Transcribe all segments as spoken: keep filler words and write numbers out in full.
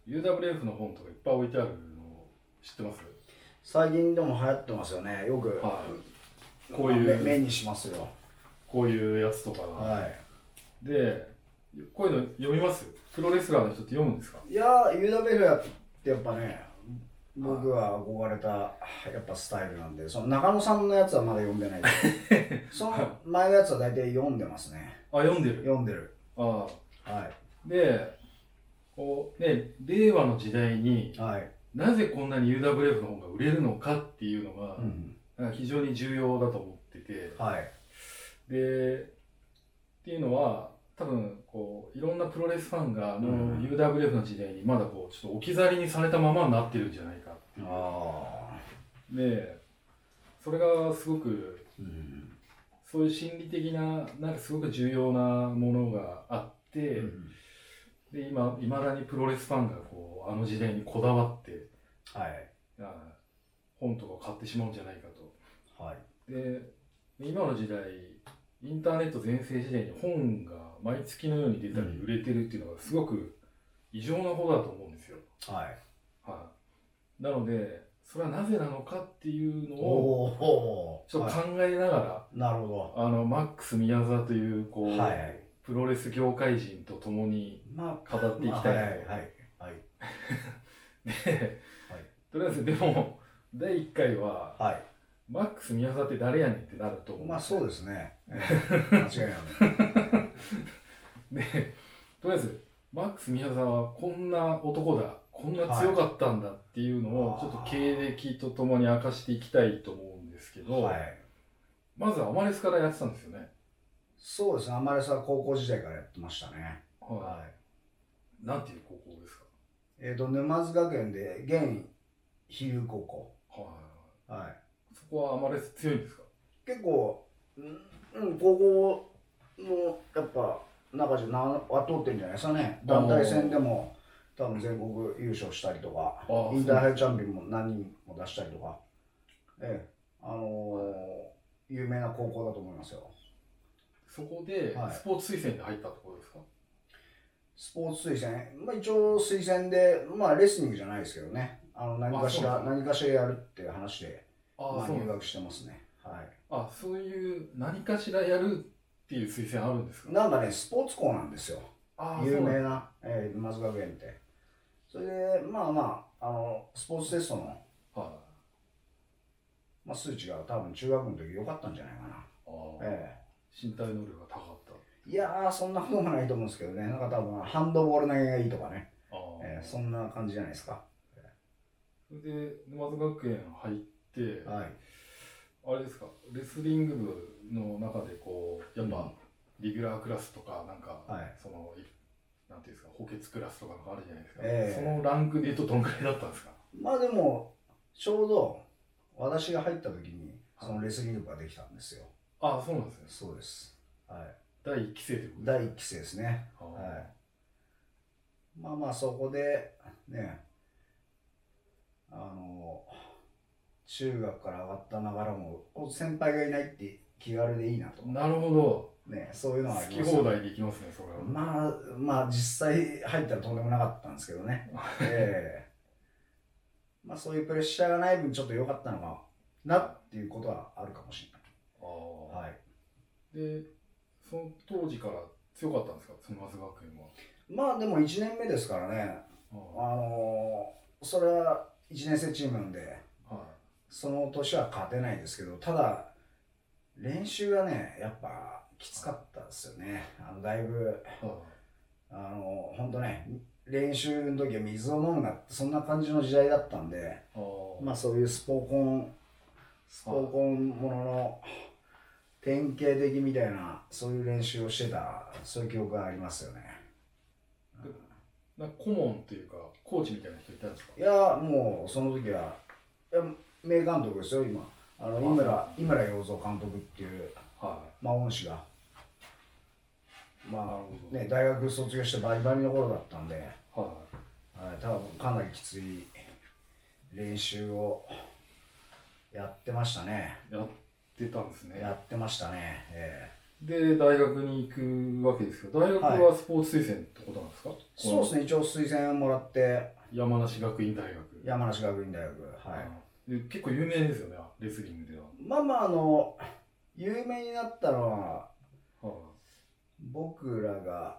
ユーダブリューエフ の本とかいっぱい置いてあるの知ってます？ 最近でも流行ってますよね。よく、 はい、こういう目にしますよ。 こういうやつとかが、 はい、 でこういうの読みます？プロレスラーの人って読むんですか？ いやー ユーダブリューエフ ってやっぱね、僕は憧れたやっぱスタイルなんで、その中野さんのやつはまだ読んでないですその前のやつは大体読んでますね。 あ、読んでる読んでる。 ああ、 はい。 でこうね、令和の時代に、 はい、 なぜこんなに ユーダブリューエフ の本が売れるのかっていうのが、 うん、 非常に重要だと思ってて、 はい、 でっていうのは多分こういろんなプロレスファンがあの ユーダブリューエフ の時代にまだこうちょっと置き去りにされたままになってるんじゃないかっていう。 あでそれがすごく、 うん、 そういう心理的ななんかすごく重要なものがあって、うん、で今いまだにプロレスファンがこうあの時代にこだわって、 はい、 本とか買ってしまうんじゃないかと。 はい、 で今の時代インターネット全盛時代に本が毎月のように出たり売れてるっていうのがすごく異常なことだと思うんですよ。 はい、 はい、なのでそれはなぜなのかっていうのをちょっと考えながら、はい、 なるほど。 あのマックス宮沢というこう、 はい、 プロレス業界人と共に語っていきたいと。 はいはいはいで、はい、とりあえずでもだいいっかいは、 はい、 マックス宮沢って誰やねんってなると思う。 まあそうですね。間違いない。 で、とりあえずマックス宮沢はこんな男だ、こんな強かったんだっていうのをちょっと経歴とともに明かしていきたいと思うんですけど、はい、まずアマレスからやってたんですよね。 そうですね。アマレスは高校時代からやってましたね。 はい。はい、なんていう高校ですか？ えっと沼津学園で現飛龍高校。 はい。 はい。 そこはアマレス強いんですか？ 結構、うん、高校のやっぱ中じゃ圧倒ってるんじゃないですかね。団体戦でも多分全国優勝したりとか、インターハイチャンピオンも何人も出したりとか、ええ、あのー、有名な高校だと思いますよ。 そこでスポーツ推薦で入ったところですか？はい、 スポーツ推薦、まあ、一応推薦で、まあレスリングじゃないですけどね、あの何かしら何かしらやるっていう話で、あ、まあ、入学してますね。はい。 あ、そういう何かしらやるっていう推薦あるんですか？ なんかね、スポーツ校なんですよ。あ、有名な、えー、沼津学園って。それで、まあまあ、あのスポーツテストの、はい、まあ、数値が多分中学の時良かったんじゃないかな。あ、 えー、身体能力が高かった。 いやー、そんなこともないと思うんですけどね、なんか多分ハンドボール投げがいいとかね、あ、えー、そんな感じじゃないですか。 それで沼津学園入って、 はい、 あれですか、レスリング部の中でこうやっぱリギュラークラスとかなんか、はい、そのなんていうんですか、補欠クラスとかがあるじゃないですか、えー、そのランクでいうとどんくらいだったんですか？ まあでもちょうど私が入った時にそのレスリング部ができたんですよ。 ああ、そうなんですね。 そうです。はい。 だいいっきせいということですか？ だいいっきせいですね。はい。まあまあそこでね、あの中学から上がったながらも先輩がいないって気軽でいいなと。 なるほど。 ね、そういうのは好き放題でいきますね、それは。 まあまあ実際入ったらとんでもなかったんですけどね。えー、まあそういうプレッシャーがない分ちょっと良かったのかなっていうことはあるかもしれない。ああ。はい。 で、その当時から強かったんですか、沼津学園は。 まあでもいちねんめですからね。あ, あのー、それはいちねんせいチームなんで、はい、その年は勝てないですけど、ただ練習がねやっぱきつかったですよね。あのだいぶ、はい、あの本当ね、練習の時は水を飲むなってそんな感じの時代だったんで、まあそういうスポコンスポコンものの典型的みたいなそういう練習をしてた、そういう記憶がありますよね。 なんか顧問っていうかコーチみたいな人いたんですか？ いやもうその時はいや名監督ですよ今。あの井村井村洋三監督っていう、はい、まあ恩師がまあね大学卒業してバリバリの頃だったんで、はい、はい、多分かなりきつい練習をやってましたね。 やってたんですね。 やってましたね。えで大学に行くわけですけど、大学はスポーツ推薦ってことなんですか？はい、 そうですね、一応推薦もらって山梨学院大学。 山梨学院大学、はい。 で結構有名ですよね、レスリングでは。 まあまあ、あの有名になったのは、はあ、僕らが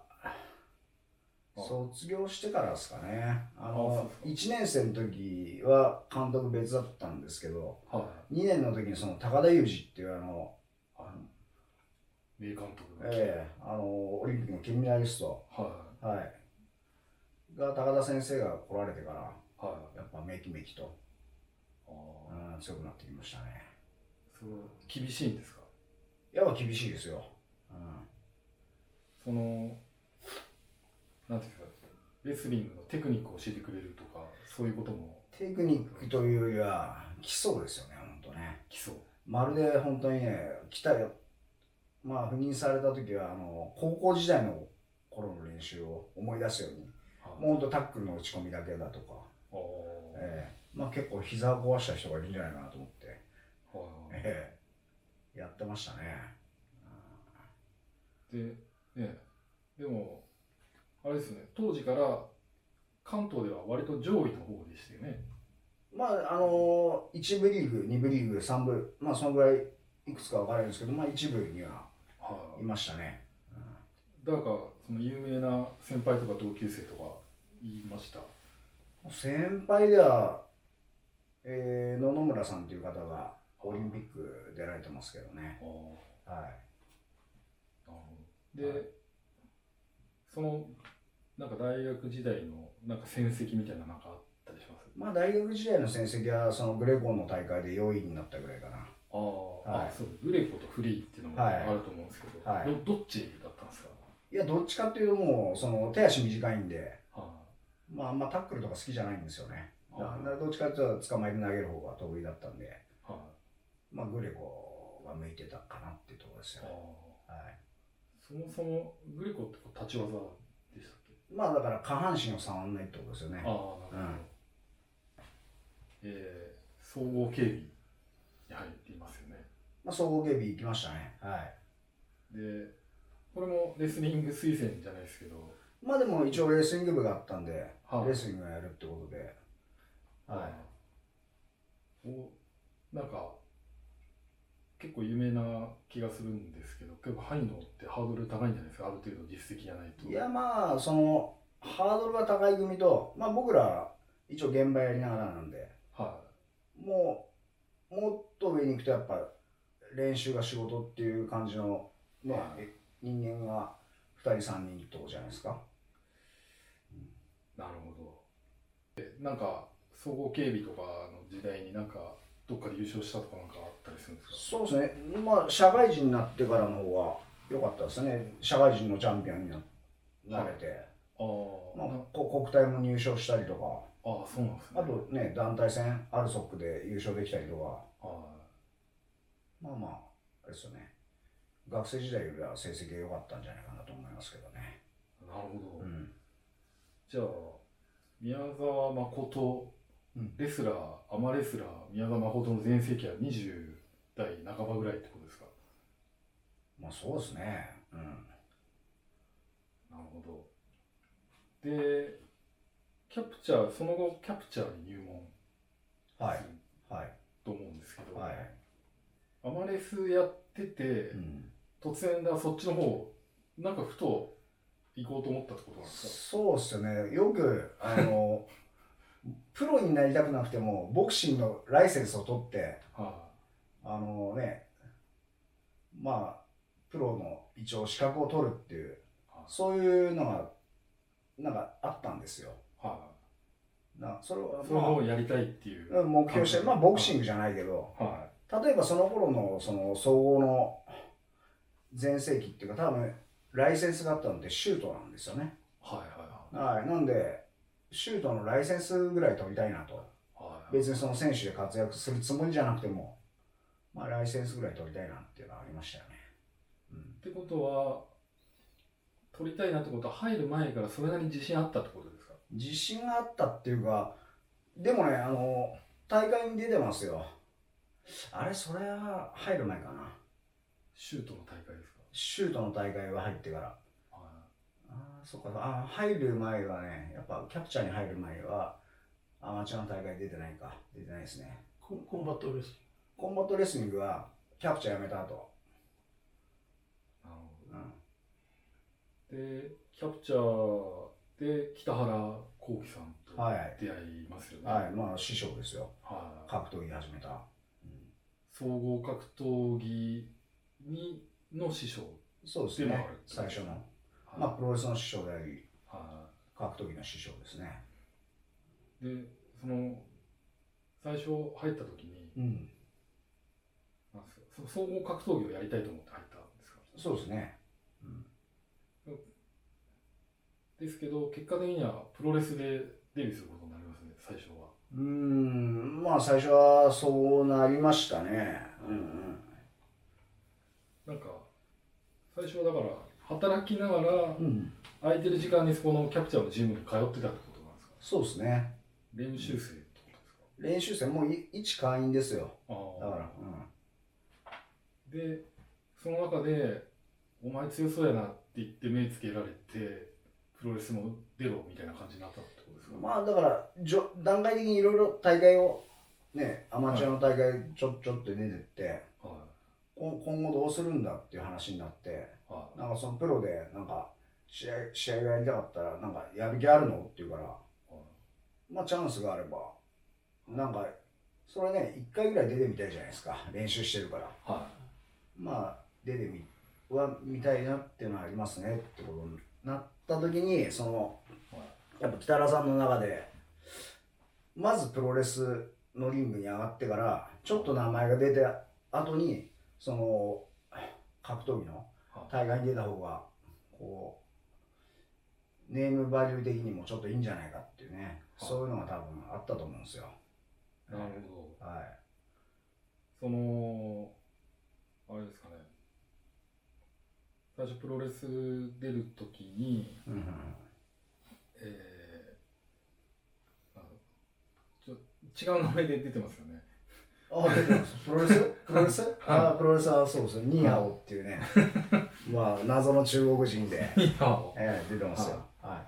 卒業してからですかね。あのあいちねん生の時は監督別だったんですけど、はあ、にねんの時にその高田裕二っていうあの、 はあ、名監督、 ええー、あのオリンピックの金メダリスト、はい、はい、が高田先生が来られてから、はい、やっぱめきめきと、あ、うん、強くなってきましたね。 それ厳しいんですか？ やっぱ厳しいですよ。うん、 そのなんていうか、レスリングのテクニックを教えてくれるとか、そういうことも。 テクニックというよりは基礎ですよね、本当ね。 基礎。まるで本当にね、来たよ。まあ赴任された時はあの高校時代の頃の練習を思い出すように、はい、もう本当タックルの打ち込みだけだとか、えー、まあ結構膝を壊した人がいるんじゃないかなと思って、はい、えー、やってましたね。 で、ね、でもあれですね、当時から関東では割と上位の方でしたよね。 まああのいち部リーグ、に部リーグ、さん部、まあそのぐらいいくつか分からないんですけど、まあ一部にはいましたね。 うん、誰かその有名な先輩とか同級生とか言いました？ 先輩では、えー、野々村さんという方がオリンピック出られてますけどね。はい。なるほど。で、はい、そのなんか大学時代のなんか戦績みたいななんかあったりします？ まあ大学時代の戦績はそのグレコの大会でよんいになったぐらいかな。 あ、はい、あ、そう、グレコとフリーっていうのもあると思うんですけど、はい、ど, どっちだったんですか？ いや、どっちかっていうともうその手足短いんで、はあ、まああんまタックルとか好きじゃないんですよね。はあ、だからどっちかっていうと捕まえて投げる方が得意だったんで、はあ、まあグレコが向いてたかなっていうところですよね。はあ、はい、 そもそもグレコって立ち技でしたっけ？ まあだから下半身を触らないってことですよね。 ああ、なるほど。うん、えー、総合警備に入っていますよね。 まあ、総合警備行きましたね。はい。 で、これもレスリング推薦じゃないですけど。 まあでも一応レスリング部があったんで、はあ、レスリングをやるってことで。はい。 お、なんか、結構有名な気がするんですけど、結構ハイノってハードル高いんじゃないですか、ある程度実績がないと。 いや、まあ、その、ハードルが高い組と、まあ僕ら、一応現場やりながらなんで、はい、もう、もっと上に行くとやっぱ、練習が仕事っていう感じの、ね、はい、人間がふたりさんにんってことじゃないですか。 うん、なるほど。で、なんか、総合警備とかの時代になんか、どっかで優勝したとかなんかあったりするんですか？ そうですね。まあ、社会人になってからの方が良かったですね。社会人のチャンピオンになれて。はい、あ、まあ、国体も入賞したりとか。 ああ、そうなんですね。 あとね、団体戦、アルソックで優勝できたりとか。はい、まあまあ、あれですよね。学生時代よりは成績が良かったんじゃないかなと思いますけどね。 なるほど。うん、じゃあ、宮沢誠、うん、レスラー、アマレスラー、宮沢誠の全盛期はにじゅう代半ばぐらいってことですか？ まあそうですね。うん。 なるほど。で、キャプチャー、その後キャプチャーに入門する、はい、と思うんですけど、はい、アマレスやってて、うん、突然だそっちの方なんかふと行こうと思ったってことなんですか？ そうですよね。よくあのプロになりたくなくてもボクシングのライセンスを取って、はあ、あのね、まあプロの一応資格を取るっていう、はあ、そういうのがなんかあったんですよ。はあ、なそれは、まあ、それをやりたいっていう目標して、まあボクシングじゃないけど、はあ、例えばその頃のその総合の全盛期っていうか多分ライセンスがあったのでシュートなんですよね。はいはいはい。はい、なんでシュートのライセンスぐらい取りたいなと、はいはい、別にその選手で活躍するつもりじゃなくても、まあ、ライセンスぐらい取りたいなっていうのはありましたよね。 うん、ってことは取りたいなってことは入る前からそれなりに自信あったってことですか？ 自信があったっていうか、でもね、あの大会に出てますよ。あれ、それは入る前かな。 シュートの大会ですか？ シュートの大会は入ってから。はい、ああ、そっか。あ、入る前はね、やっぱキャプチャーに入る前はアマチュアの大会出てないか。出てないですね。 コンバットレスリング。 コンバットレスリングはキャプチャーやめた後。 なるほど。うん、で、キャプチャーで北原幸輝さんと出会いますよね。 はい、はい、まあ師匠ですよ。はい、格闘技始めた。 うん、総合格闘技にの師匠そうですね。最初の、はい、まあプロレスの師匠であり、はい、格闘技の師匠ですね。 で、その最初入った時に、うん、なんですか、その総合格闘技をやりたいと思って入ったんですか？ そうですね。 うん、ですけど結果的にはプロレスでデビューすることになりますね、最初は。 うーん、まあ最初はそうなりましたね。うんうん。 なんか最初はだから働きながら、うん、空いてる時間にそこのキャプチャーのジムに通ってたってことなんですか？ そうですね。 練習生ってことですか？ 練習生、もう一会員ですよ。あだから、 うん、でその中でお前強そうやなって言って目つけられてプロレスも出ろみたいな感じになったってことですか？ まあだからじょ段階的にいろいろ大会をね、アマチュアの大会ちょちょっと出てって、はい、今後どうするんだっていう話になって、はい、なんかそのプロでなんか試合試合がやりたかったらなんかやる気あるのって言うから、はい、まあチャンスがあればなんかそれねいっかいぐらい出てみたいじゃないですか、練習してるから、はい、まあ出てみは見たいなっていうのはありますねってことになった時に、そのやっぱ北原さんの中でまずプロレスのリングに上がってからちょっと名前が出て後にその格闘技の大会に出た方がこうネームバリュー的にもちょっといいんじゃないかっていうね、そういうのが多分あったと思うんですよ。 なるほど。 はい。 そのあれですかね、最初プロレス出るときに、うん、えー、あちょ違う名前で出てますよね。 あ、出てます。プロレスプロレスあ、プロレスはそうですね。ニーハオっていうね、まあ謎の中国人で、 ニーハオ、 えー、出てますよ。 はい。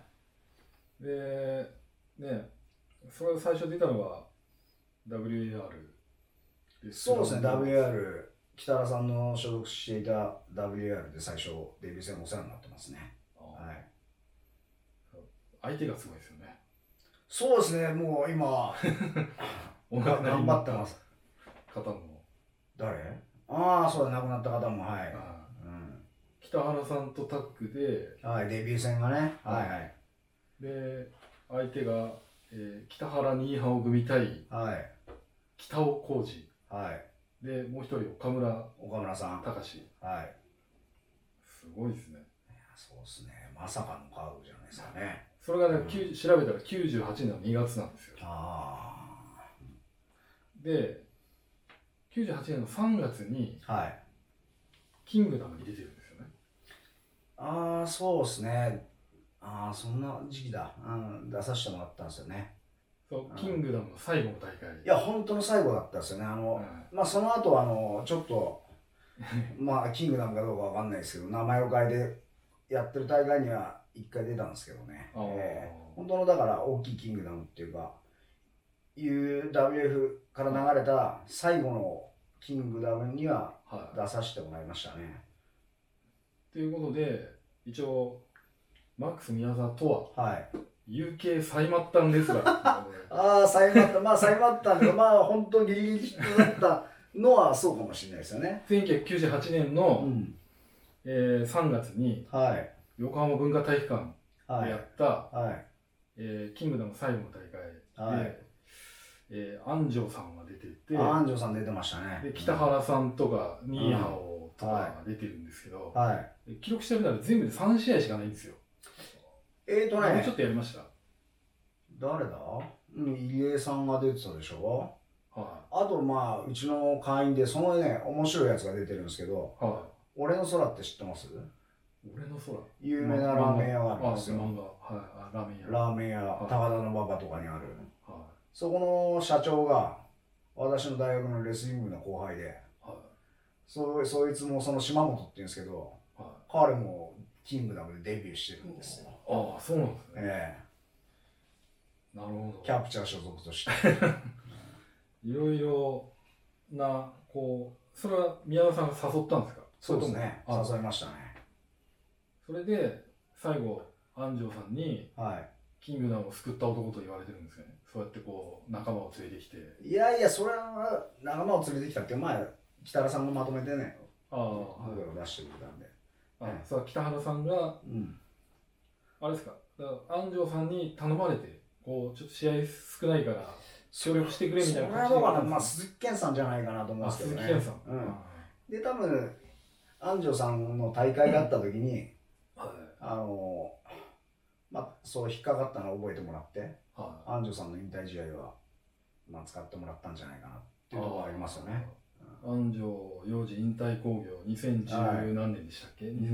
で、ね、それ最初出たのは ダブリューエーアール です。 そうですね、ダブリューエーアール、北原さんの所属していた ダブリューエーアール で最初デビュー戦お世話になってますね。はい。 相手がすごいですよね。 そうですね、もう今頑張ってます。 方も誰？ああ、そうだ、亡くなった方も、はい。 うん、北原さんとタッグで、 はい、デビュー戦がね、はいはい。 で、相手が、えー、北原ニーハオ組対、はい、北尾浩二、はい、で、もう一人岡村、 岡村さん、 隆、 はい。 すごいですね。 いや、そうですね、まさかのカードじゃないですかね。 それがね、うん、調べたらきゅうじゅうはちねんのにがつなんですよ。 ああ。で、きゅうじゅうはちねんのさんがつに、はい、キングダムに出てるんですよね。 ああ、そうですね。ああ、そんな時期だ、うん、出させてもらったんですよね。 そう、キングダムの最後の大会。 いや、本当の最後だったんですよね。あの、うん、まあその後あのちょっとまあキングダムかどうかわかんないですけど、名前を変えてやってる大会にはいっかい出たんですけどね。えー、本当のだから大きいキングダムっていうか、ユーダブリューエフ から流れた最後のキングダムには出させてもらいましたね。はい、 ということで、一応マックス宮沢とは、はい、ユーケー サイマッタンレスラーああ、サイマッタン、まあサイマッタンで、まあ本当ギリギリヒットだったのはそうかもしれないですよね。 せんきゅうひゃくきゅうじゅうはちねんの、うん、えー、さんがつに、はい、横浜文化体育館でやった、はいはい、えー、キングダム最後の大会で、はい、えー、安城さんが出てて、 安城さん出てましたね。 で北原さんとか、うん、ニーハオとかが出てるんですけど、はい、記録してみたら全部でさんしあいしかないんですよ。えーとね、もうちょっとやりました。 誰だ？うん、入江さんが出てたでしょ。はい、あとまあうちの会員でそのね面白いやつが出てるんですけど、はい、俺の空って知ってます？ 俺の空。 有名なラーメン屋があるんですよ。 漫画、はい、ラーメン屋。 ラーメン屋、はい、高田馬場とかにある。はい、そこの社長が私の大学のレスリングの後輩で、はい、そ, そいつもその島本って言うんですけど、 彼もキングダムでデビューしてるんですよ。 ああ、そうなんですね。 ええ、なるほど。 キャプチャー所属として。 いろいろな、こう、それは宮田さんが誘ったんですか？ そうですね。誘いましたね。 それで、最後、安城さんに、 はい。 キングダムを救った男と言われてるんですよね。そうやってこう、仲間を連れてきて。 いやいや、それは仲間を連れてきたって、まあ、北原さんがまとめてね、ああ、僕らを出してくれたんで。 ああ、そう、北原さんが、うん、あれですか、だから安城さんに頼まれて、こう、ちょっと試合少ないから、協力してくれみたいな感じで。 それはどうかな、まあ、鈴木健さんじゃないかなと思うんですけどね。 鈴木健さん。 うん。で、多分、安城さんの大会があった時に、はい、あの、まあ、そう引っかかったのを覚えてもらって、はい、安城さんの引退試合は、まあ、使ってもらったんじゃないかなっていうところがありますよね。 うん、安城洋二引退興行にせんじゅう何年でしたっけ？はい、 うん、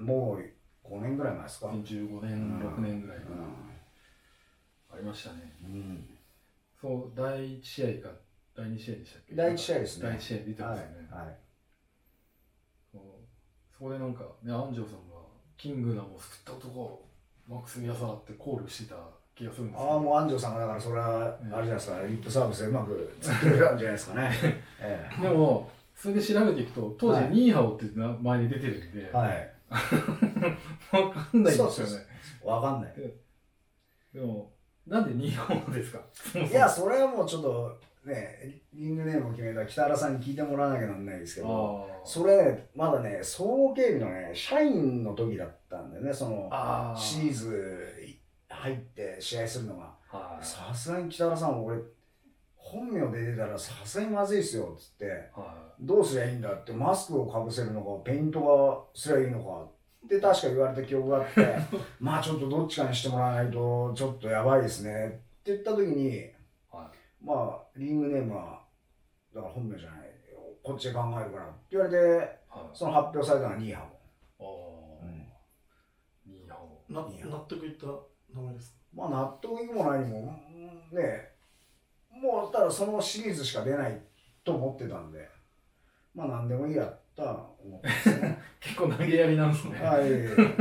もうごねんぐらい前ですか。 にせんじゅうごねん、ろくねんぐらいかな、うん、ありましたね。うん、そう、だいいち試合かだいに試合でしたっけ？ だいいち試合ですね。 だいいち試合出てますよね。はいはい、そう、そこでなんか、ね、安城さんがキングダムを救った男、マックス宮沢ってコールしてた気がするんですけど、 ああ、もう安城さんがだからそれはあれじゃないですか、リップサービスでうまく作ってくれたんじゃないですかね。 ええ、でもそれで調べていくと当時、はい、ニーハオっていう名前で出てるんで、はい、分かんないんですよね。 分かんない。 でもなんでニーハオですか？ いや、それはもうちょっとね、リングネームを決めた北原さんに聞いてもらわなきゃなんないですけど、それ、ね、まだね、総合警備のね、社員の時だったんだよね、そのシリーズ入って試合するのが。さすがに北原さん、俺、本名で出たらさすがにまずいっすよっつって、どうすりゃいいんだって、マスクをかぶせるのか、ペイントがすりゃいいのかって確か言われた記憶があって、まあちょっとどっちかにしてもらわないと、ちょっとやばいですねって言った時に、まあ、リングネームは、だから本名じゃない、こっちで考えるからって言われて、はい、その発表されたのはニーハモ。 ああ、うん、ニーハモ。 な納得いった名前ですか？ まあ、納得いくも何も、ね、もう、ただそのシリーズしか出ないと思ってたんで、まあ、なんでもいいやったら思ってますね。 結構投げやりなんですね。はい。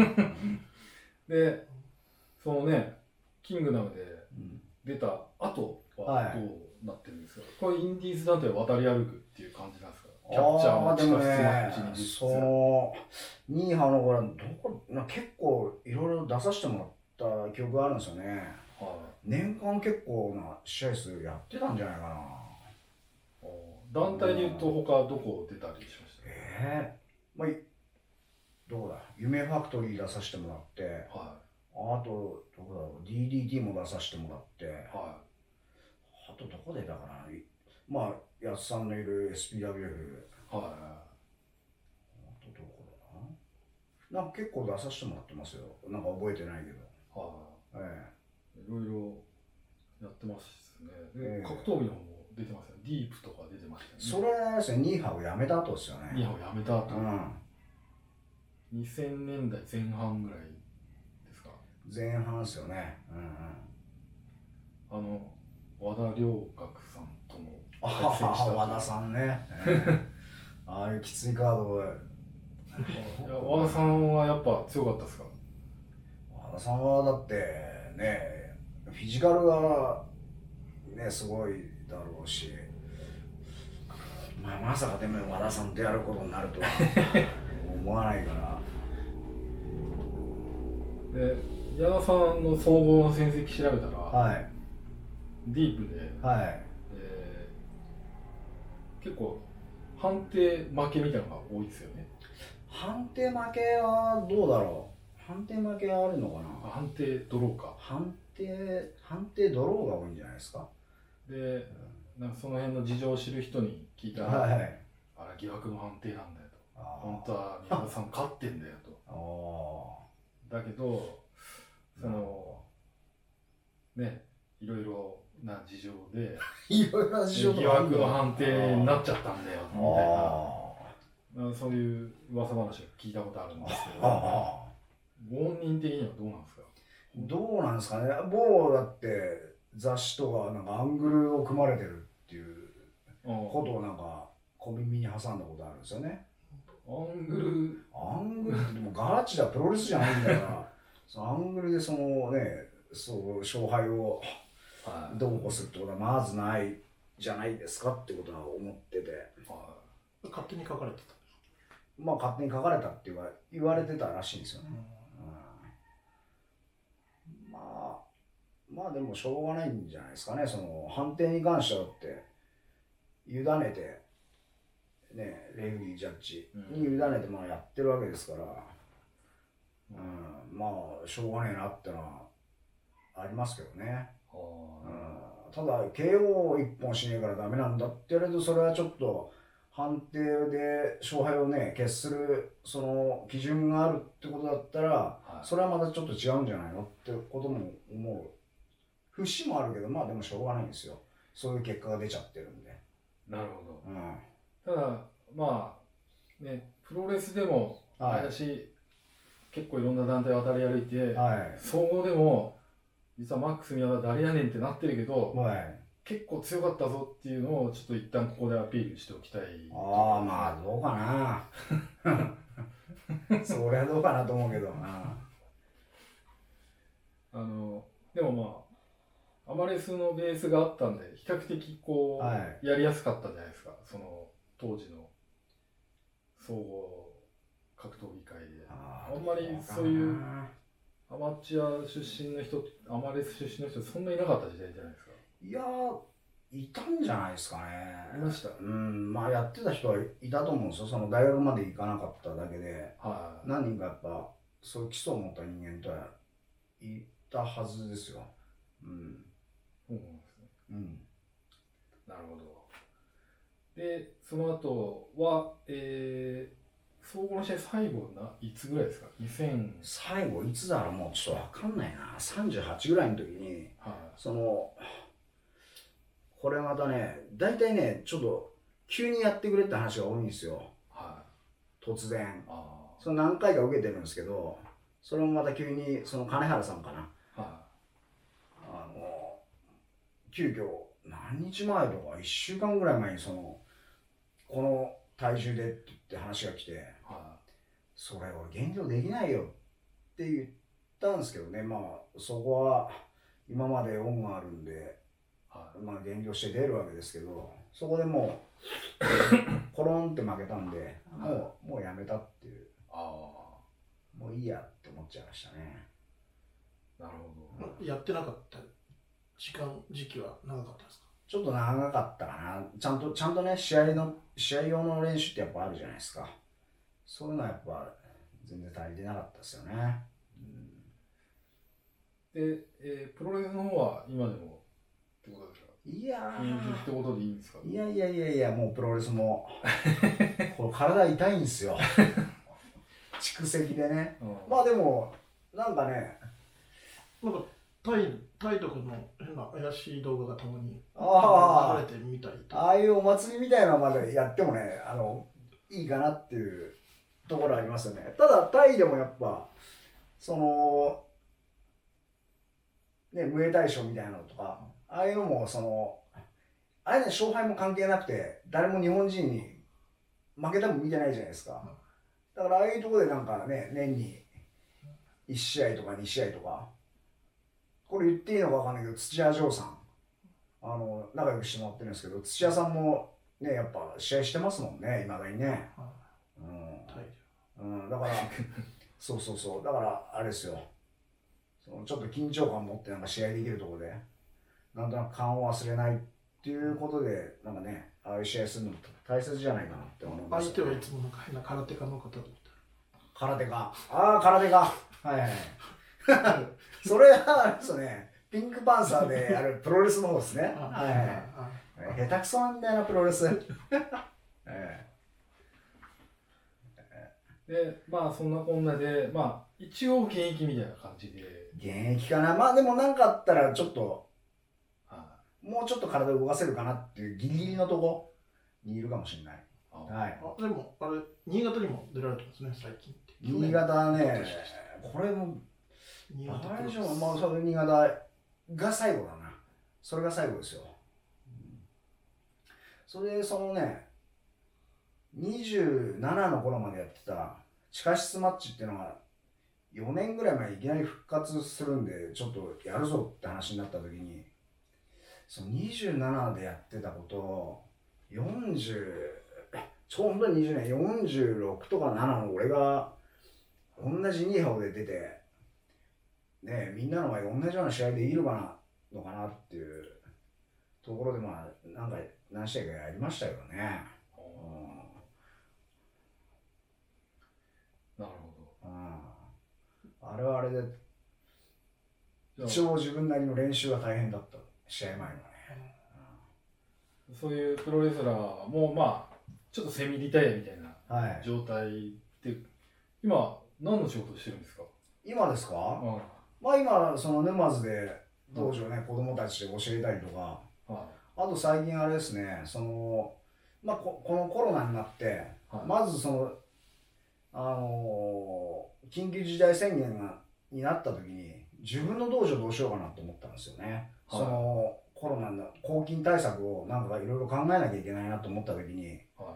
で、そのね、キングダムで出た後、はどうなってるんですか？はい、これインディーズ団体を渡り歩くっていう感じなんですか？キャプチャーの地下室マッチに出て、 そのニーハの頃どこな結構いろいろ出させてもらった記憶があるんですよね。はい、年間結構な試合数やってたんじゃないかな。 団体でいうと他どこ出たりしました？ ええー、まあどこだ、夢ファクトリー出させてもらって、はい、あとどこだろう、 ディーディーティー も出させてもらって、はい、あとどこでだかな、まあ、やつさんのいる エスピーダブリューエフ、はい、あとどこだな、なんか結構出させてもらってますよ、なんか覚えてないけど、はい、 ええ、いろいろやってますね。で、えー、格闘技の方も出てますよね。ディープとか出てましたね。それですね、ニーハをやめた後ですよね。 ニーハをやめた後、うん、にせんねんだいぜん半ぐらいですか？ 前半ですよね。うんうん、 あの和田良覚さんとも対戦した。和田さんね。ああいうきついカードで。 和田さんはやっぱ強かったですか？ 和田さんはだってね、フィジカルがねすごいだろうし、まあ、まさかでも和田さんとやることになるとは思わないから。 で、矢田さんの総合の戦績調べたら、はい、ディープで、はい、えー、結構判定負けみたいなのが多いですよね。 判定負けはどうだろう。判定負けはあるのかな。 判定ドローか。 判定判定ドローが多いんじゃないですか。 で、うん、なんかその辺の事情を知る人に聞いたら、はい、あれ疑惑の判定なんだよと。本当は宮田さん勝ってんだよと。あだけどそのね、いろいろな事情でいろいろな事情疑惑の判定になっちゃったんだよみたいな、そういう噂話を聞いたことあるんですけど、ご本人的にはどうなんですか？ どうなんですかね。某だって雑誌とかなんかアングルを組まれてるっていうことをなんか小耳に挟んだことあるんですよね。あアングルアングルってでもガチだ、プロレスじゃないんだからそのアングルでそのね、そう勝敗をどうこうするってことはまずないじゃないですかってことは思ってて、 はい、勝手に書かれてた。 まあ勝手に書かれたって言わ言われてたらしいんですよね、うん、まあまあでもしょうがないんじゃないですかね。その判定に関してはって委ねてね、レフェリージャッジに委ねてまあやってるわけですから、うん、まあしょうがねえなってのはありますけどね、うん、ただ ケーオーいっ 本しねえからダメなんだって言われると、それはちょっと判定で勝敗をね決するその基準があるってことだったら、はい、それはまたちょっと違うんじゃないのってことも思う節もあるけど、まあでもしょうがないんですよ、そういう結果が出ちゃってるんで。 なるほど、 うん、 ただまあね、プロレスでも私、はい、結構いろんな団体渡り歩いて、はい、総合でも実はマックス宮田誰やねんってなってるけど、はい、結構強かったぞっていうのをちょっと一旦ここでアピールしておきたい。 ああ、まあどうかなそれはどうかなと思うけどなあのでもまあアマレスのベースがあったんで比較的こう、はい、やりやすかったんじゃないですか、その当時の総合格闘技会で。 あ, あんまりそういうアマチュア出身の人、アマレス出身の人そんなにいなかった時代じゃないですか。 いやー、いたんじゃないですかね。 いました。 うん、まあやってた人はいたと思うんですよ。その大学まで行かなかっただけで、はい、何人かやっぱそういう基礎を持った人間とはいたはずですよ。うん。 そうなんですね。 うん。 なるほど。で、その後は、えー、総合の試合最後ないつぐらいですか？にせん最後いつだろう、もうちょっと分かんないな。さんじゅうはちぐらいの時に、はい、そのこれまたね、大体ね、ちょっと急にやってくれって話が多いんですよ、はい、突然。あ、その何回か受けてるんですけど、それもまた急にその金原さんかな、はい、あの急遽何日前とかいっしゅうかんぐらい前にそのこの体重でって言って話が来て、はい、それ俺減量できないよって言ったんですけどね。まあそこは今まで恩があるんで、はい、まあ減量して出るわけですけど、そこでもうコロンって負けたんで、はい、もうもうやめたっていう、あ、もういいやって思っちゃいましたね。 なるほど。やってなかった時間時期は長かったですか？ ちょっと長かったかな。ちゃんとちゃんとね、試合の試合用の練習ってやっぱあるじゃないですか。そういうのはやっぱ全然足りてなかったですよね。 うん、で、えー、プロレスの方は今でもってことですか？ いやー、ってことでいいんですか？ いやいやいやいや、もうプロレスもこれ体痛いんですよ蓄積でね、うん、まあでもなんかね、 なんかタイタイとかの変な怪しい動画がたまに流れてみたりとか、 ああいうお祭りみたいなのまでやってもね、あのいいかなっていうところありますよね。ただタイでもやっぱそのね、ムエタイショーみたいなのとか、ああいうのもそのあれね、勝敗も関係なくて誰も日本人に負けても見てないじゃないですか。だからああいうところでなんかね、年にいち試合とかに試合とか、これ言っていいのか分かんないけど、土屋丈さん、あの仲良くしてもらってるんですけど、土屋さんもね、やっぱ試合してますもんね、いまだにね。うん、うん、だからそうそうそう、だからあれですよ、そのちょっと緊張感持ってなんか試合できるところでなんとなく勘を忘れないっていうことで、なんかね、ああいう試合するの大切じゃないかなって思います、 ね。相手はいつもなんか変な空手家の方だった。 空手家、ああ空手家、はいはいそれはあれですね、ピンクパンサーであるプロレスの方ですね。はいはい、下手くそなんだよなプロレスええ、でまあそんなこんなで、まあ一応現役みたいな感じで。 現役かな。まあでも何かあったらちょっと、はあ、もうちょっと体を動かせるかなっていうギリギリのとこにいるかもしれない。 ああ、はい、あでもあれ新潟にも出られてますね最近って。 新潟ね、これも新潟大丈夫、まあそれ新潟が最後だな。それが最後ですよ。うん、それでそのね、 にじゅうななの頃までやってた地下室マッチっていうのがよねんぐらい前にいきなり復活するんで、ちょっとやるぞって話になった時に、そのにじゅうななでやってたことをよんじゅう、ちょうどにじゅうねん、よんじゅうろくとかななの俺が同じニーハオで出て、ねえ、みんなの前で同じような試合でいいのかなのかなっていうところで、まあ、なんか何試合かやりましたよね。うん、 なるほど。 うん、あれはあれで、一応自分なりの練習が大変だった、試合前のね。 うん、そういうプロレスラーも、まあ、ちょっとセミリタイアみたいな状態で、はい、今、何の仕事してるんですか？ 今ですか？ うん、 まあ今、その沼津で道場ね、うん、子供たちで教えたりとか、うん、あと最近あれですね、その、まあこ、このコロナになって、はい、まずその、あのー、緊急事態宣言がになった時に、自分の道場どうしようかなと思ったんですよね。はい、そのコロナの抗菌対策をなんかいろいろ考えなきゃいけないなと思った時に、はい、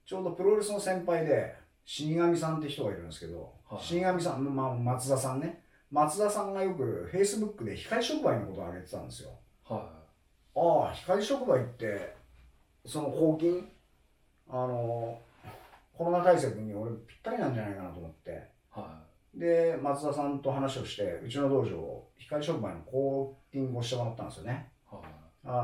ちょうどプロレスの先輩で死神さんって人がいるんですけど、はい、死神さん、まあ、松田さんね、松田さんがよくフェイスブックで光触媒のことを挙げてたんですよ。はい、ああ、光触媒ってその抗菌、あのコロナ対策に俺ぴったりなんじゃないかなと思って、はい、で松田さんと話をして、うちの道場を光触媒のコーティングをしてもらったんですよね。はい、はい、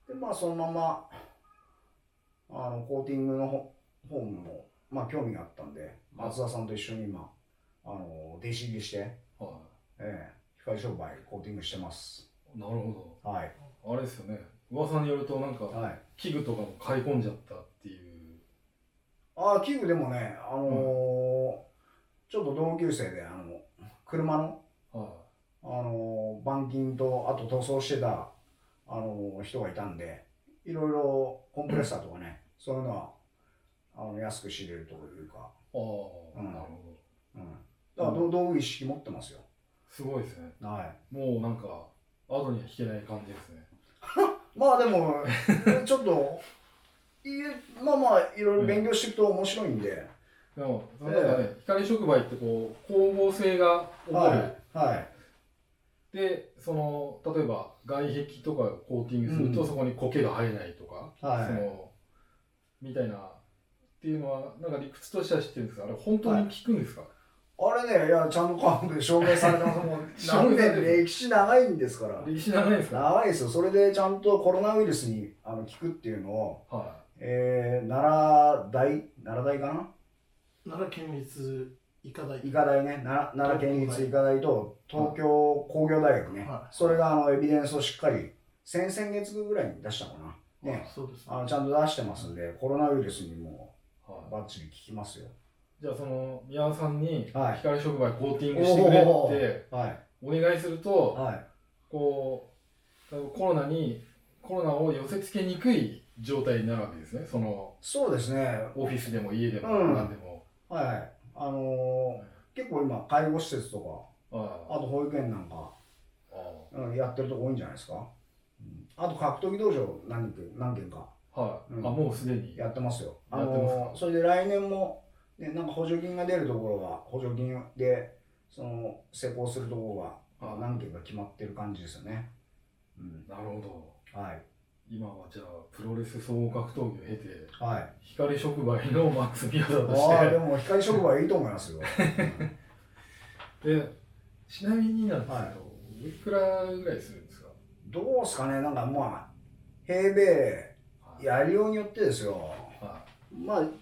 でまあそのままあのコーティングの方もまあ興味があったんで、松田さんと一緒に今あの弟子入りして、はい、ええ、光触媒コーティングしてます。 なるほど。 はい。 あれですよね。噂によるとなんか、はい、器具とかも買い込んじゃったっていう。 ああ、器具でもね、あのーうん、ちょっと同級生であの車の、はい、あのー、板金とあと塗装してたあのー、人がいたんで、いろいろコンプレッサーとかね、そういうのはあの安く仕入れるというか。ああ、うん、なるほど。うん。だから道具一式持ってますよ。 すごいですね。 はい。 もうなんか後には引けない感じですね。 まあでもちょっといまあまあいろいろ勉強していくと面白いんで。 でもなんかね、えー、光触媒ってこう光合成が起こる。はい。はい、でその例えば外壁とかコーティングすると、うん、そこに苔が生えないとか、はい、そのみたいなっていうのはなんか理屈としては知ってるんですが、あれ本当に効くんですか？はい、 あれね、いや、ちゃんとカンで証明されてます。もう何年歴史長いんですから。 歴史長いですか？ 長いですよ。それでちゃんとコロナウイルスにあの効くっていうのを、はい、えー、奈良大、奈良大かな？ 奈良県立医科大。 医科大ね。奈良県立医科大と東京工業大学ね。はい、それがあのエビデンスをしっかり、先々月ぐらいに出したかな。ね。そうですね。あのちゃんと出してますんで、コロナウイルスにもバッチリ効きますよ。 じゃあその宮尾さんに光触媒コーティングしてくれってお願いすると、はい、こうコロナにコロナを寄せ付けにくい状態になるわけですね。そのそうですね。 オフィスでも家でも何でも、 うん、はい、あのーはい、結構今介護施設とか、はい、あと保育園なんか、うん、やってるとこ多いんじゃないですか。うん、あと格闘技道場何軒何軒か、 はい、うん、あもうすでにやってますよ。あのー、それで来年もでなんか補助金が出るところは補助金でその施工するところが何件か決まってる感じですよね。 うん、なるほど。 はい。 今はじゃあプロレス総合格闘技を経て、はい、光触媒のマックス・宮沢として。 ああでも光触媒いいと思いますよ。 でちなみになんですけど、はい、いくらぐらいするんですか？ どうですかね、なんかまあ平米やりようによってですよ。はい、まあ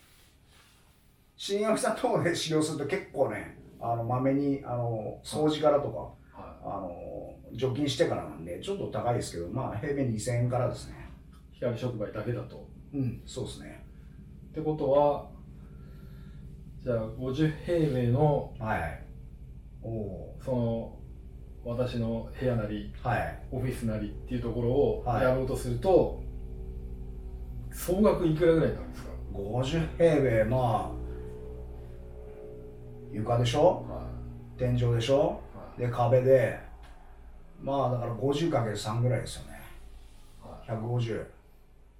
新薬さんのところで使用すると結構ね、あのまめにあの掃除からとか、はい、あの除菌してからなんでちょっと高いですけど、まあ平米にせんえんからですね。 光触媒だけだと。 うん、そうですね。 ってことはじゃあごじゅうへいめいの、はい、おその私の部屋なり、はい、オフィスなりっていうところをやろうとすると、はい、総額いくらぐらいになるんですか？ ごじゅうへいめい、まあ床でしょ、はい、天井でしょ、はい、で壁でまあだから ごじゅうかけるさん ぐらいですよね、はい、ひゃくごじゅう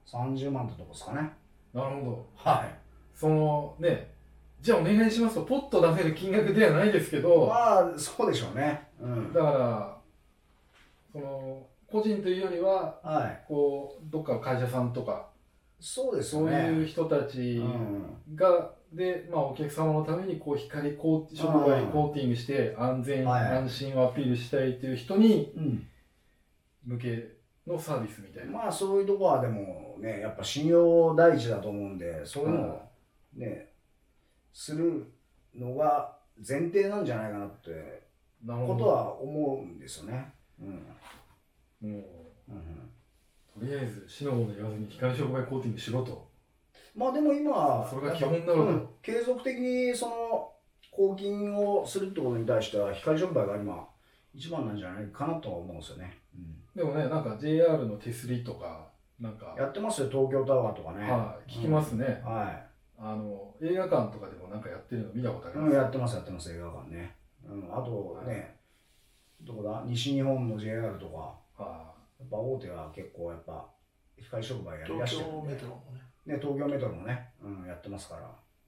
さんじゅうまんってとこですかね。 なるほど。 はい。 そのね、じゃあお願いしますとポッと出せる金額ではないですけど、 まあそうでしょうね。うん、 だからその個人というよりは、 はい、 こうどっか会社さんとか、 そうですよそうね。 いう人たちが、うん、で、まあ、お客様のためにこう光コー触媒コーティングして安全、はい、安心をアピールしたいという人に向けのサービスみたいな。 まあそういうとこはでもね、やっぱ信用第一だと思うんで、そういうのをね、するのが前提なんじゃないかなってことは思うんですよね。うん。もう、うん、 とりあえず死のもの言わずに光触媒コーティングしろと。 まあでも今それが基本だろうと、うん、 継続的にその抗菌をするってことに対しては光触媒が今一番なんじゃないかなとは思うんですよね。うん、 でもね、なんか ジェイアール の手すりとかなんかやってますよ、東京タワーとかね。 はい、聞きますね。 うん、はい。 あの映画館とかでもなんかやってるの見たことあります、 うん、やってますやってます映画館ね。うん、あとね、はい、どこだ西日本の ジェイアール とか、はあ、やっぱ大手は結構やっぱ光触媒やりだしてるんで。東京メトロもね。ね、東京メトロもね、うん、やってますから。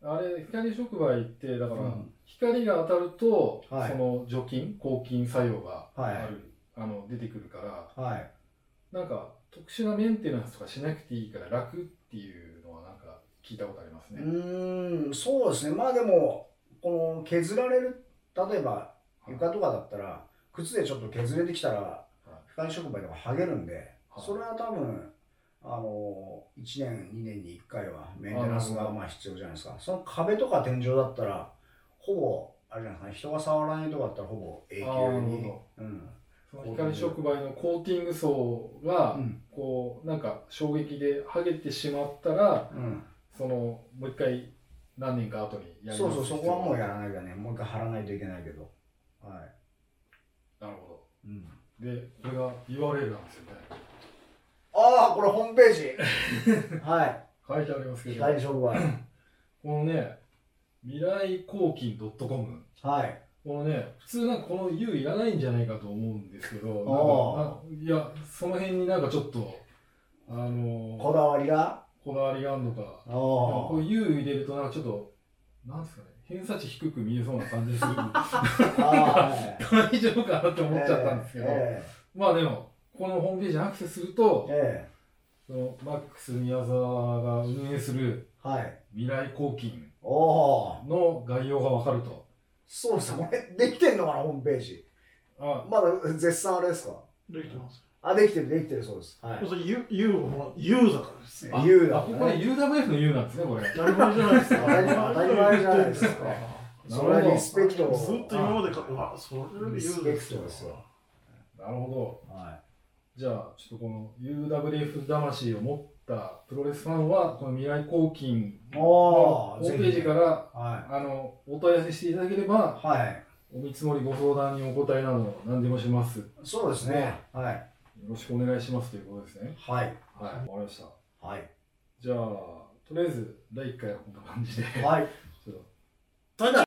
あれ光触媒ってだから、うん、光が当たると、はい、その除菌抗菌作用がある、はい、あの出てくるから、はい、なんか特殊なメンテナンスとかしなくていいから楽っていうのはなんか聞いたことありますね。 うーん、そうですね。まあでもこの削られる、例えば床とかだったら、はい、靴でちょっと削れてきたら、はい、光触媒とか剥げるんで、はい、それは多分あのいちねんにねんにいっかいはメンテナンスがまあ必要じゃないですか。その壁とか天井だったらほぼあれじゃないですかね、人が触らないとかだったらほぼ永久に、 うん、その光触媒のコーティング層が、うん、こうなんか衝撃で剥げてしまったら、うん、そのもう一回何年か後にやります。そうそう、そこはもうやらないだね。もう一回貼らないといけないけど。はい。 なるほど。うん、でこれが ユーアールエル なんですよね。 ああ、これホームページ。はい。 書いてありますけど。 光触媒。このね、未来抗菌 .com。はい。このね、普通なんかこの U いらないんじゃないかと思うんですけど、なんかいや、その辺になんかちょっと、あのー、 こだわりがこだわりがあるのか。こう U 入れるとなんかちょっと、なんですかね、偏差値低く見えそうな感じする。大丈夫かなって思っちゃったんですけど、えー、まあでも、このホームページにアクセスすると、ええ、そのマックス宮沢が運営する未来抗菌の概要が分かると。 そうですね、これできてんのかな、ホームページ。あまだ絶賛あれですか。 できてます。 あ、できてる、できてる、そうです。 はい。それ U、U は U だからですね。 U だ。 これ ユーダブリューエフ の U なんですね、これ。 当たり前じゃないですか。 当たり前じゃないですか。それはリスペクト。 ずっと今までか、あ、それで U ですよ。リスペクトですよ。 なるほど。はい。じゃあ、ちょっとこの ユーダブリューエフ 魂を持ったプロレスファンは、この未来抗菌のホームページから、はい、あのお問い合わせしていただければ、はい、お見積もりご相談にお答えなど何でもします。 そうですね。はい。 よろしくお願いしますということですね。 はい。はい。 わかりました。 はい。 じゃあ、とりあえずだいいっかいはこんな感じで。 はい。 ちょっと